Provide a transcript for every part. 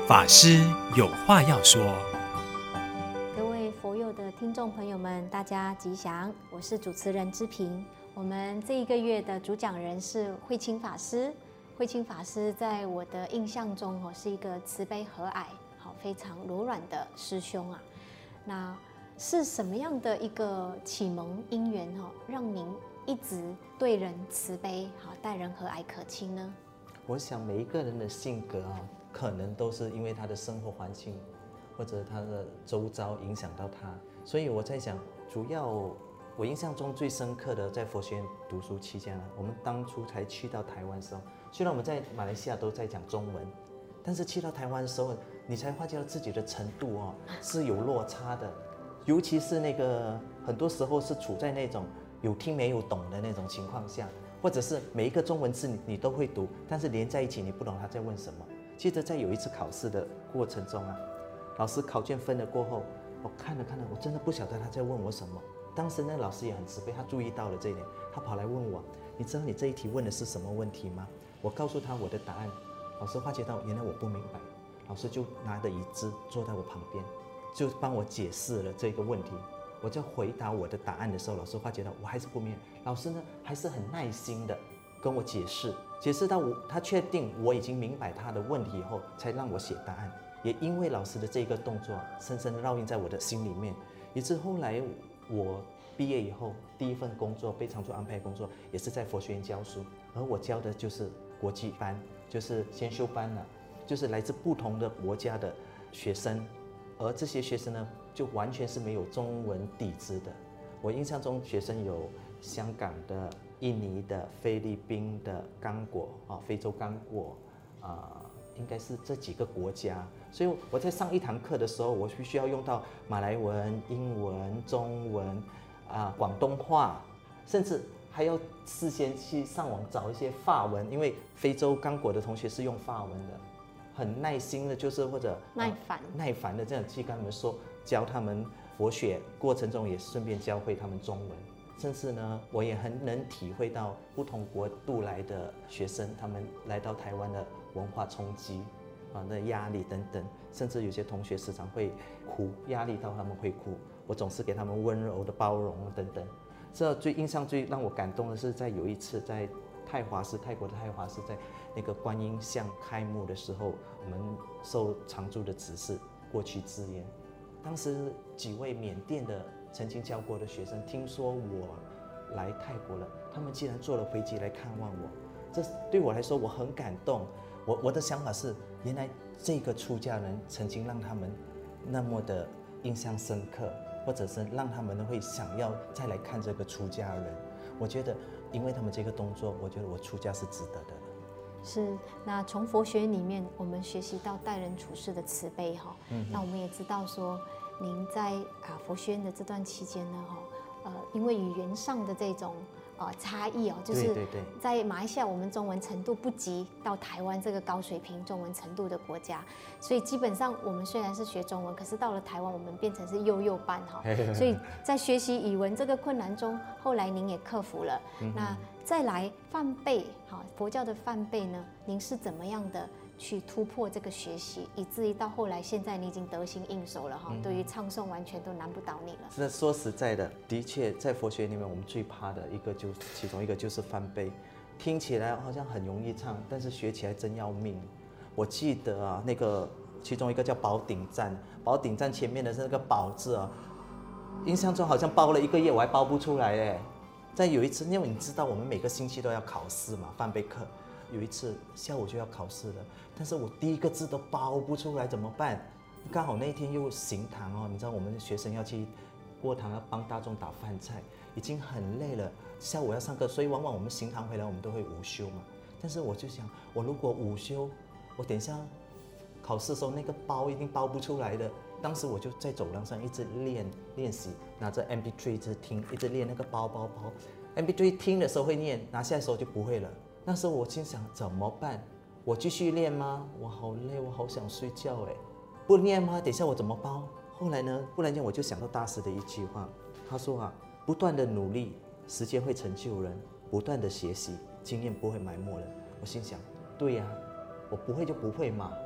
法师有话要说。 各位佛友的听众朋友们，大家吉祥，我是主持人知平。我们这一个月的主讲人是慧清法师。慧清法师在我的印象中是一个慈悲和蔼、非常柔软的师兄啊。那是什么样的一个启蒙因缘让您一直对人慈悲、待人和蔼可亲呢？ 我想每一个人的性格可能都是因为他的生活环境或者他的周遭影响到他，所以我在想，主要我印象中最深刻的，在佛学院读书期间我们当初才去到台湾的时候，虽然我们在马来西亚都在讲中文，但是去到台湾的时候，你才发觉到自己的程度是有落差的，尤其是那个很多时候是处在那种有听没有懂的那种情况下，或者是每一个中文字你都会读，但是连在一起你不懂他在问什么。记得在有一次考试的过程中老师考卷分了过后，我看了，我真的不晓得他在问我什么。当时那老师也很慈悲，他注意到了这一点，他跑来问我：“你知道你这一题问的是什么问题吗？”我告诉他我的答案，老师发觉到原来我不明白，老师就拿着椅子坐在我旁边，就帮我解释了这个问题。我在回答我的答案的时候，老师发觉到我还是不明白，老师呢还是很耐心的跟我解释到他确定我已经明白他的问题以后，才让我写答案。也因为老师的这个动作，深深的烙印在我的心里面，以致后来我毕业以后，第一份工作被常驻安排工作，也是在佛学院教书，而我教的就是国际班，就是先修班就是来自不同的国家的学生，而这些学生呢，就完全是没有中文底子的。我印象中学生有香港的、印尼的、菲律宾的、刚果非洲刚果应该是这几个国家。所以我在上一堂课的时候，我必须要用到马来文、英文、中文广东话，甚至还要事先去上网找一些法文，因为非洲刚果的同学是用法文的，很耐心的，就是或者耐烦的这样去跟他们说，教他们佛学过程中也顺便教会他们中文。甚至呢，我也很能体会到不同国度来的学生，他们来到台湾的文化冲击的压力等等，甚至有些同学时常会哭，压力到他们会哭，我总是给他们温柔的包容等等。这印象最让我感动的是，在有一次在泰国的泰华寺，在那个观音像开幕的时候，我们受常住的指示过去支援。当时几位缅甸的曾经教过的学生听说我来泰国了，他们竟然坐了飞机来看望我，这对我来说我很感动。我的想法是，原来这个出家人曾经让他们那么的印象深刻，或者是让他们会想要再来看这个出家人。我觉得因为他们这个动作，我觉得我出家是值得的。 是，那从佛学里面我们学习到待人处事的慈悲那我们也知道说，您在佛学院的这段期间呢因为语言上的这种差异就是在马来西亚我们中文程度不及到台湾这个高水平中文程度的国家，所以基本上我们虽然是学中文，可是到了台湾我们变成是幼班所以在学习语文这个困难中，后来您也克服了。那再来梵呗佛教的梵呗呢，您是怎么样的去突破这个学习，以至于到后来现在你已经得心应手了对于唱诵完全都难不倒你了。 是说实在的，的确在佛学里面我们最怕的其中一个就是梵呗，听起来好像很容易唱，但是学起来真要命。我记得那个其中一个叫宝顶赞，宝顶赞前面的是那个宝字印象中好像包了1个月我还包不出来在有一次，因为你知道我们每个星期都要考试嘛，梵呗课。有一次下午就要考试了，但是我第1个字都包不出来，怎么办？刚好那一天又行堂你知道我们学生要去过堂，要帮大众打饭菜，已经很累了，下午要上课，所以往往我们行堂回来我们都会午休嘛。但是我就想，我如果午休，我等一下考试的时候那个包一定包不出来的。当时我就在走廊上一直练习，拿着 MP3 一直听，一直练那个包。MP3 听的时候会念，拿下来的时候就不会了。那时候我心想怎么办？我继续练吗？我好累，我好想睡觉不练吗？等一下我怎么包？后来呢，忽然间我就想到大师的一句话，他说不断的努力，时间会成就人；不断的学习，经验不会埋没人。我心想，对呀，我不会就不会嘛。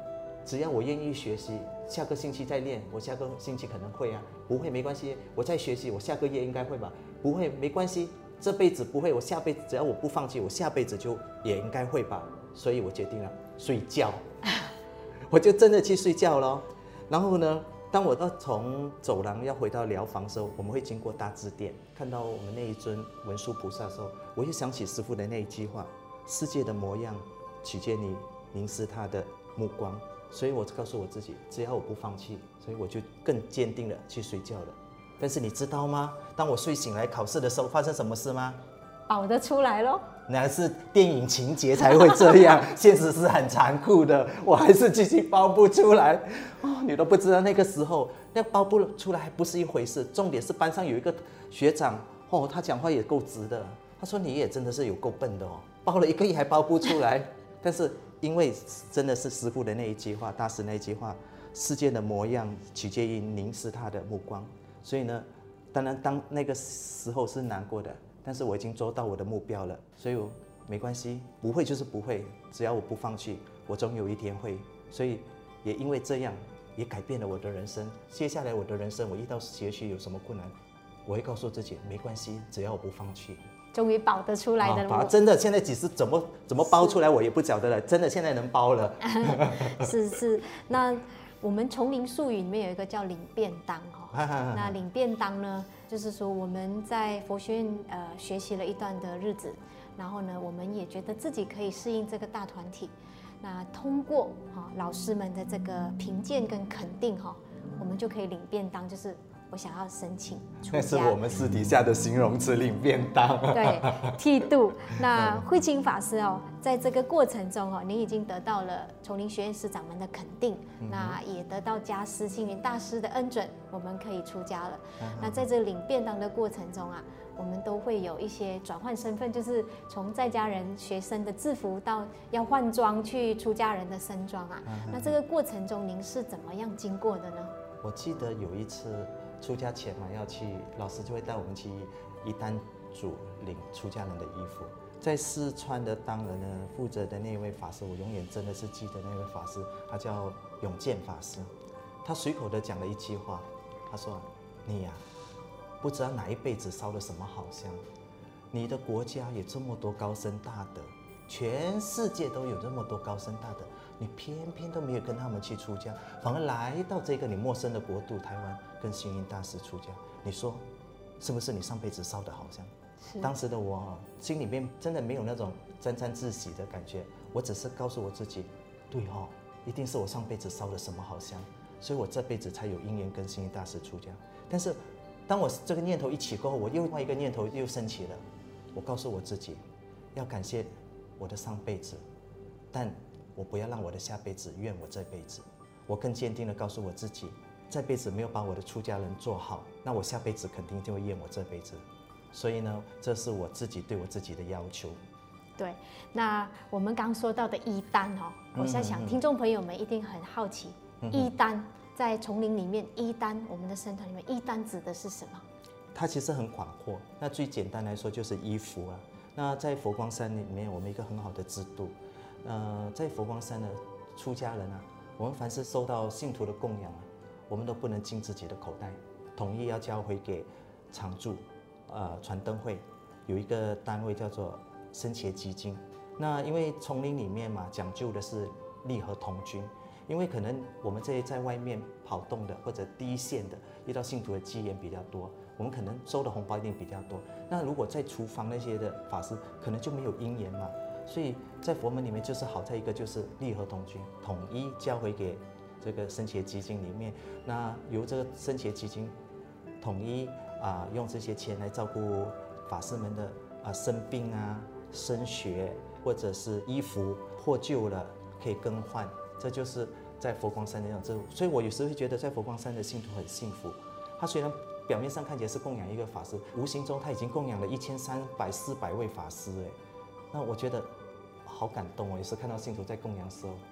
只要我愿意学习，下个星期再练，我下个星期可能会啊，不会没关系，我再学习，我下个月应该会吧，不会没关系，这辈子不会，我下辈子只要我不放弃，我下辈子就也应该会吧。所以我决定了睡觉，我就真的去睡觉咯。然后呢，当我要从走廊要回到疗房的时候，我们会经过大智殿，看到我们那一尊文殊菩萨的时候，我又想起师父的那一句话：世界的模样取决你凝视它的目光。所以我告诉我自己，只要我不放弃，所以我就更坚定的去睡觉了。但是你知道吗？当我睡醒来考试的时候，发生什么事吗？ 保得出来咯。 那是电影情节才会这样，现实是很残酷的，我还是继续包不出来。哦，你都不知道那个时候，那包不出来还不是一回事，重点是班上有一个学长，哦，他讲话也够直的，他说你也真的是有够笨的哦，包了1个月还包不出来。但是因为真的是师父的那一句话，大师那一句话，世界的模样取决于凝视他的目光。所以呢，当然当那个时候是难过的，但是我已经做到我的目标了，所以我没关系，不会就是不会，只要我不放弃，我总有一天会。所以也因为这样，也改变了我的人生。接下来我的人生，我遇到学习有什么困难，我会告诉自己没关系，只要我不放弃。 终于保得出来的了。 真的，现在只是怎么包出来，我也不晓得了。真的，现在能包了。 是，那我们丛林术语里面有一个叫领便当哈。那领便当呢，就是说我们在佛学院学习了一段的日子，然后呢，我们也觉得自己可以适应这个大团体。那通过老师们的这个评鉴跟肯定哈，我们就可以领便当，就是我想要申请出家。 那是我们私底下的形容词，领便当。 对，剃度。那慧清法师哦，在这个过程中哦，您已经得到了丛林学院师长们的肯定，那也得到家师星云大师的恩准，我们可以出家了。那在这领便当的过程中啊，我们都会有一些转换身份，就是从在家人学生的制服到要换装去出家人的僧装啊。那这个过程中您是怎么样经过的呢？ 我记得有一次出家前嘛，要去老师就会带我们去一丹组领出家人的衣服。在四川的当人呢，负责的那位法师，我永远真的是记得那位法师，他叫永健法师。他随口的讲了一句话，他说：“你呀，不知道哪一辈子烧了什么好香，你的国家有这么多高僧大德，全世界都有这么多高僧大德，你偏偏都没有跟他们去出家，反而来到这个你陌生的国度台湾，跟星云大师出家，你说是不是你上辈子烧的好香？”当时的我心里面真的没有那种沾沾自喜的感觉，我只是告诉我自己，对哦，一定是我上辈子烧了什么好香，所以我这辈子才有因缘跟星云大师出家。但是当我这个念头一起过后，我另外一个念头又升起了，我告诉我自己，要感谢我的上辈子，但我不要让我的下辈子怨我这辈子。我更坚定地告诉我自己，这辈子没有把我的出家人做好，那我下辈子肯定就会怨我这辈子。所以呢，这是我自己对我自己的要求。 对，那我们刚说到的一丹哦，我在想听众朋友们一定很好奇，一丹在丛林里面，一丹我们的僧团里面，一丹指的是什么？ 它其实很广阔。那最简单来说就是衣服啊。那在佛光山里面，我们一个很好的制度，在佛光山的出家人啊，我们凡是受到信徒的供养啊，我们都不能进自己的口袋，统一要交回给常住。传灯会有一个单位叫做僧伽基金。那因为丛林里面嘛，讲究的是利和同均。因为可能我们这些在外面跑动的或者第一线的，遇到信徒的机缘比较多，我们可能收的红包一定比较多。那如果在厨房那些的法师，可能就没有因缘嘛。所以在佛门里面就是好在一个就是利和同均，统一交回给这个僧伽基金里面。那由这个僧伽基金统一用这些钱来照顾法师们的生病啊、升学，或者是衣服破旧了可以更换，这就是在佛光山的那种制度。所以我有时候会觉得在佛光山的信徒很幸福。他虽然表面上看起来是供养一个法师，无形中他已经供养了1300、400位法师哎，那我觉得好感动哦。有时看到信徒在供养的时候，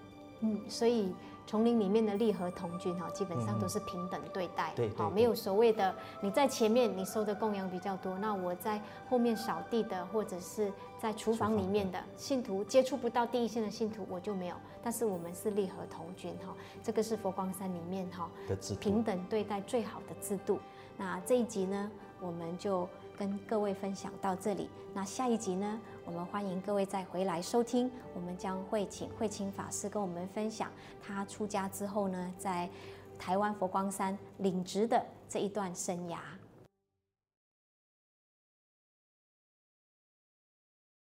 所以丛林里面的利和童军哈，基本上都是平等对待， 对， 没有所谓的你在前面你收的供养比较多，那我在后面扫地的或者是在厨房里面的信徒接触不到第一线的信徒我就没有，但是我们是利和童军哈，这个是佛光山里面哈平等对待最好的制度。那这一集呢，我们就跟各位分享到这里。那下一集呢，我们欢迎各位再回来收听，我们将会请慧清法师跟我们分享他出家之后呢，在台湾佛光山领职的这一段生涯。